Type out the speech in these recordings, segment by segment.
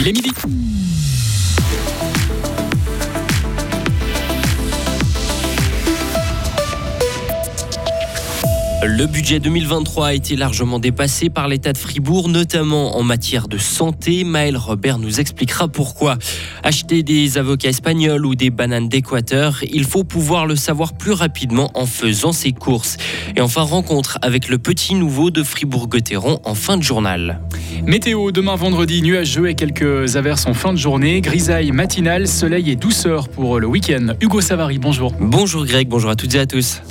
Il est midi. Le budget 2023 a été largement dépassé par l'État de Fribourg, notamment en matière de santé. Maël Robert nous expliquera pourquoi. Acheter des avocats espagnols ou des bananes d'Équateur, il faut pouvoir le savoir plus rapidement en faisant ses courses. Et enfin, rencontre avec le petit nouveau de Fribourg-Gotteron en fin de journal. Météo, demain vendredi, nuageux et quelques averses en fin de journée. Grisaille matinale, soleil et douceur pour le week-end. Hugo Savary, bonjour. Bonjour Greg, bonjour à toutes et à tous.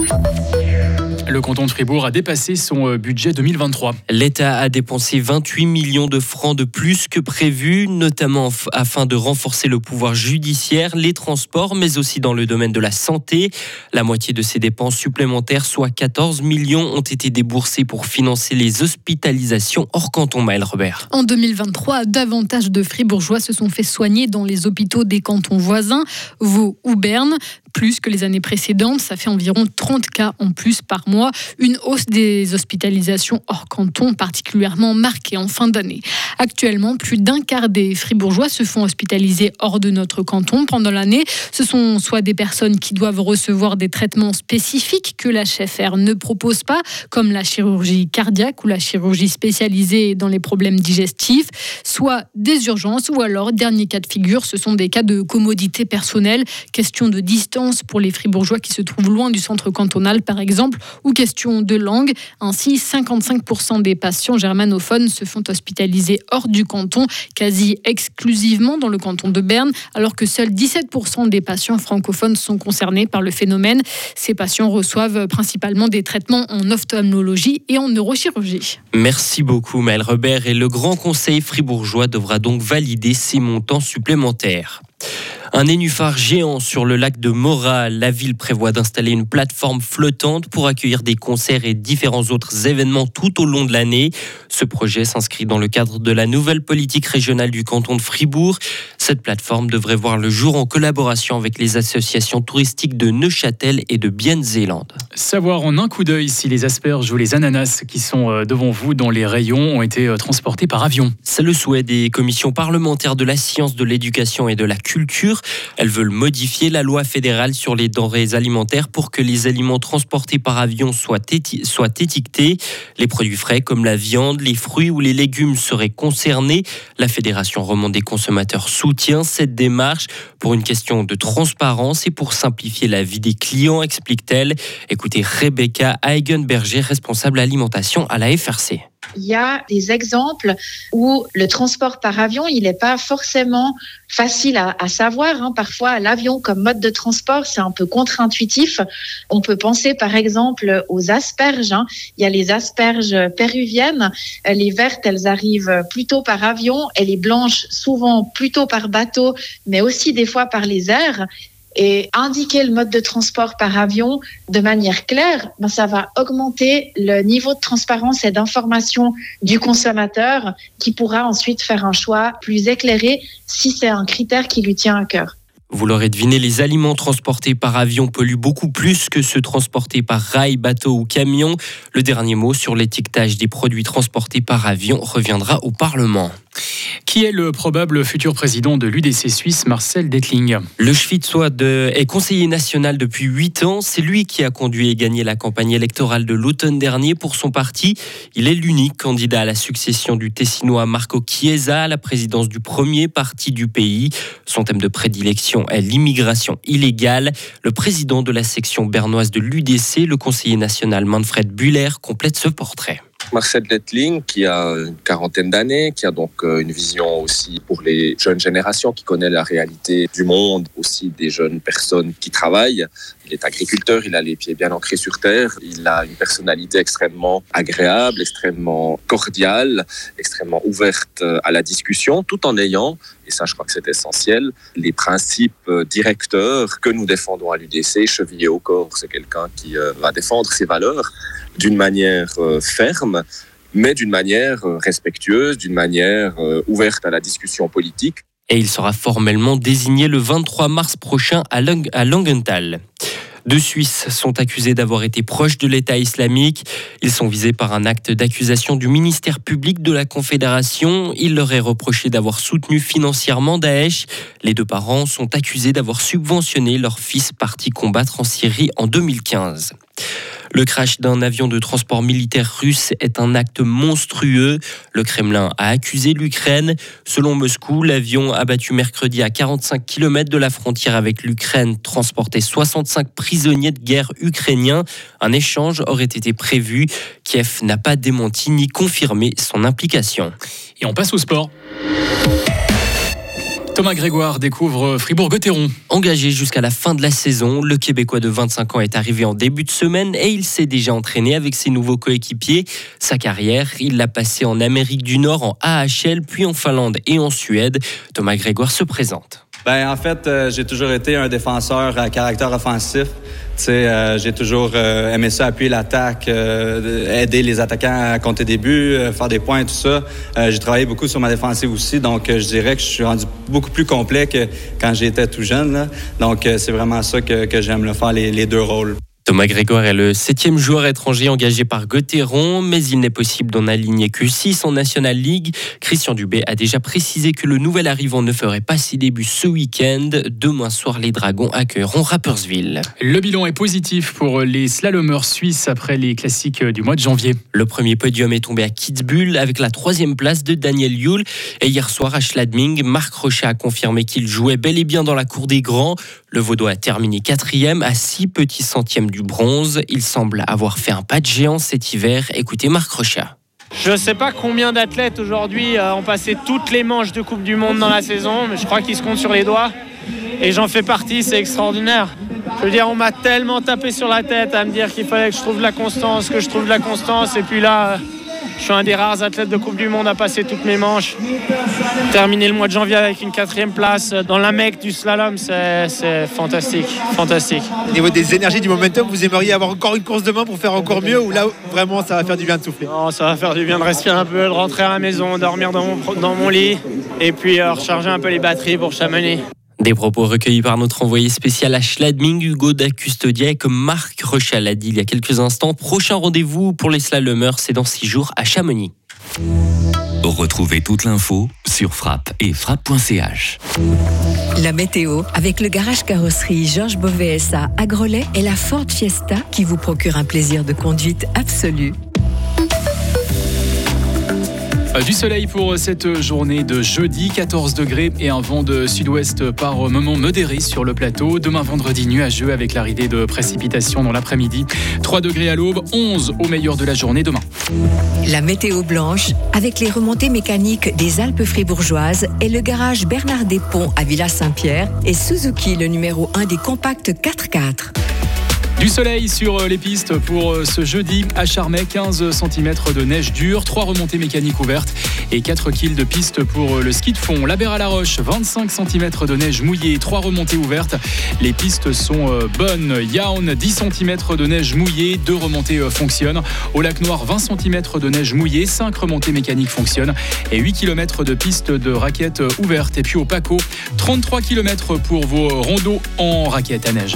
Le canton de Fribourg a dépassé son budget 2023. L'État a dépensé 28 millions de francs de plus que prévu, notamment afin de renforcer le pouvoir judiciaire, les transports, mais aussi dans le domaine de la santé. La moitié de ces dépenses supplémentaires, soit 14 millions, ont été déboursées pour financer les hospitalisations hors canton. Maël Robert. En 2023, davantage de Fribourgeois se sont fait soigner dans les hôpitaux des cantons voisins, Vaud ou Berne. Plus que les années précédentes, ça fait environ 30 cas en plus par mois. Une hausse des hospitalisations hors canton particulièrement marquée en fin d'année. Actuellement, plus d'un quart des Fribourgeois se font hospitaliser hors de notre canton pendant l'année. Ce sont soit des personnes qui doivent recevoir des traitements spécifiques que la HFR ne propose pas, comme la chirurgie cardiaque ou la chirurgie spécialisée dans les problèmes digestifs, soit des urgences ou alors, dernier cas de figure, ce sont des cas de commodité personnelle, question de distance pour les Fribourgeois qui se trouvent loin du centre cantonal par exemple, ou question de langue. Ainsi, 55% des patients germanophones se font hospitaliser hors du canton, quasi exclusivement dans le canton de Berne, alors que seuls 17% des patients francophones sont concernés par le phénomène. Ces patients reçoivent principalement des traitements en ophtalmologie et en neurochirurgie. Merci beaucoup Maël Robert, et le Grand Conseil fribourgeois devra donc valider ces montants supplémentaires. Un nénuphar géant sur le lac de Morat. La ville prévoit d'installer une plateforme flottante pour accueillir des concerts et différents autres événements tout au long de l'année. Ce projet s'inscrit dans le cadre de la nouvelle politique régionale du canton de Fribourg. Cette plateforme devrait voir le jour en collaboration avec les associations touristiques de Neuchâtel et de Bienne-Zélande. Savoir en un coup d'œil si les asperges ou les ananas qui sont devant vous dans les rayons ont été transportés par avion. C'est le souhait des commissions parlementaires de la science, de l'éducation et de la culture. Elles veulent modifier la loi fédérale sur les denrées alimentaires pour que les aliments transportés par avion soient étiquetés. Les produits frais comme la viande, les fruits ou les légumes seraient concernés. La Fédération romande des consommateurs soutient cette démarche pour une question de transparence et pour simplifier la vie des clients, explique-t-elle. Écoutez Rebecca Eigenberger, responsable alimentation à la FRC. Il y a des exemples où le transport par avion, il n'est pas forcément facile à savoir. Parfois, l'avion comme mode de transport, c'est un peu contre-intuitif. On peut penser par exemple aux asperges. Il y a les asperges péruviennes. Les vertes, elles arrivent plutôt par avion et les blanches souvent plutôt par bateau, mais aussi des fois par les airs. Et indiquer le mode de transport par avion de manière claire, ça va augmenter le niveau de transparence et d'information du consommateur qui pourra ensuite faire un choix plus éclairé si c'est un critère qui lui tient à cœur. Vous l'aurez deviné, les aliments transportés par avion polluent beaucoup plus que ceux transportés par rail, bateau ou camion. Le dernier mot sur l'étiquetage des produits transportés par avion reviendra au Parlement. Qui est le probable futur président de l'UDC suisse, Marcel Dettling? Le Schwyzois est conseiller national depuis 8 ans. C'est lui qui a conduit et gagné la campagne électorale de l'automne dernier pour son parti. Il est l'unique candidat à la succession du Tessinois Marco Chiesa à la présidence du premier parti du pays. Son thème de prédilection est l'immigration illégale. Le président de la section bernoise de l'UDC, le conseiller national Manfred Bühler, complète ce portrait. Marcel Dettling, qui a une quarantaine d'années, qui a donc une vision aussi pour les jeunes générations, qui connaît la réalité du monde, aussi des jeunes personnes qui travaillent. Il est agriculteur, il a les pieds bien ancrés sur terre, il a une personnalité extrêmement agréable, extrêmement cordiale, extrêmement ouverte à la discussion, tout en ayant, et ça je crois que c'est essentiel, les principes directeurs que nous défendons à l'UDC, chevillés au corps. C'est quelqu'un qui va défendre ses valeurs d'une manière ferme, mais d'une manière respectueuse, d'une manière ouverte à la discussion politique. Et il sera formellement désigné le 23 mars prochain à Langenthal. 2 Suisses sont accusés d'avoir été proches de l'État islamique. Ils sont visés par un acte d'accusation du ministère public de la Confédération. Il leur est reproché d'avoir soutenu financièrement Daesh. Les 2 parents sont accusés d'avoir subventionné leur fils parti combattre en Syrie en 2015. Le crash d'un avion de transport militaire russe est un acte monstrueux. Le Kremlin a accusé l'Ukraine. Selon Moscou, l'avion abattu mercredi à 45 km de la frontière avec l'Ukraine transportait 65 prisonniers de guerre ukrainiens. Un échange aurait été prévu. Kiev n'a pas démenti ni confirmé son implication. Et on passe au sport. Thomas Grégoire découvre Fribourg-Gotteron. Engagé jusqu'à la fin de la saison, le Québécois de 25 ans est arrivé en début de semaine et il s'est déjà entraîné avec ses nouveaux coéquipiers. Sa carrière, il l'a passée en Amérique du Nord, en AHL, puis en Finlande et en Suède. Thomas Grégoire se présente. En fait, j'ai toujours été un défenseur à caractère offensif. J'ai toujours aimé ça, appuyer l'attaque, aider les attaquants à compter des buts, faire des points, tout ça. J'ai travaillé beaucoup sur ma défensive aussi, donc je dirais que je suis rendu beaucoup plus complet que quand j'étais tout jeune, là. Donc c'est vraiment ça que j'aime, faire les 2 rôles. Thomas Grégoire est le 7e joueur étranger engagé par Gotteron, mais il n'est possible d'en aligner que 6 en National League. Christian Dubé a déjà précisé que le nouvel arrivant ne ferait pas ses débuts ce week-end. Demain soir, les Dragons accueilleront Rapperswil. Le bilan est positif pour les slalomeurs suisses après les classiques du mois de janvier. Le premier podium est tombé à Kitzbühel avec la 3e place de Daniel Juhl. Et hier soir à Schladming, Marc Rochat a confirmé qu'il jouait bel et bien dans la cour des grands. Le Vaudois a terminé 4e à 6 petits centièmes du bronze. Il semble avoir fait un pas de géant cet hiver. Écoutez Marc Rochat. Je ne sais pas combien d'athlètes aujourd'hui ont passé toutes les manches de Coupe du Monde dans la saison, mais je crois qu'ils se comptent sur les doigts. Et j'en fais partie, c'est extraordinaire. Je veux dire, on m'a tellement tapé sur la tête à me dire qu'il fallait que je trouve de la constance, et puis là, je suis un des rares athlètes de Coupe du Monde à passer toutes mes manches. Terminer le mois de janvier avec une 4e place dans la Mecque du slalom, c'est fantastique. Au niveau des énergies, du momentum, vous aimeriez avoir encore une course demain pour faire encore mieux, ou là, vraiment, ça va faire du bien de souffler? Non, ça va faire du bien de respirer un peu, de rentrer à la maison, dormir dans mon lit, et puis recharger un peu les batteries pour Chamonix. Des propos recueillis par notre envoyé spécial à Schladming, Hugo da Custodia, et comme Marc Rochat l'a dit il y a quelques instants, prochain rendez-vous pour les slalomeurs, c'est dans 6 jours à Chamonix. Retrouvez toute l'info sur Frappe et frappe.ch. La météo avec le garage carrosserie Georges Beauvais SA à Grelais et la Ford Fiesta qui vous procure un plaisir de conduite absolu. Du soleil pour cette journée de jeudi, 14 degrés et un vent de sud-ouest par moment modéré sur le plateau. Demain vendredi, nuageux avec l'arrivée de précipitations dans l'après-midi. 3 degrés à l'aube, 11 au meilleur de la journée demain. La météo blanche avec les remontées mécaniques des Alpes fribourgeoises et le garage Bernard Despont à Villa-Saint-Pierre et Suzuki, le numéro 1 des compacts 4x4. Du soleil sur les pistes pour ce jeudi à Charmey, 15 cm de neige dure, 3 remontées mécaniques ouvertes et 4 km de piste pour le ski de fond. La Berre-à-la-Roche, 25 cm de neige mouillée, 3 remontées ouvertes. Les pistes sont bonnes. Yaoun, 10 cm de neige mouillée, 2 remontées fonctionnent. Au Lac Noir, 20 cm de neige mouillée, 5 remontées mécaniques fonctionnent et 8 km de piste de raquettes ouvertes. Et puis au Paco, 33 km pour vos rondeaux en raquettes à neige.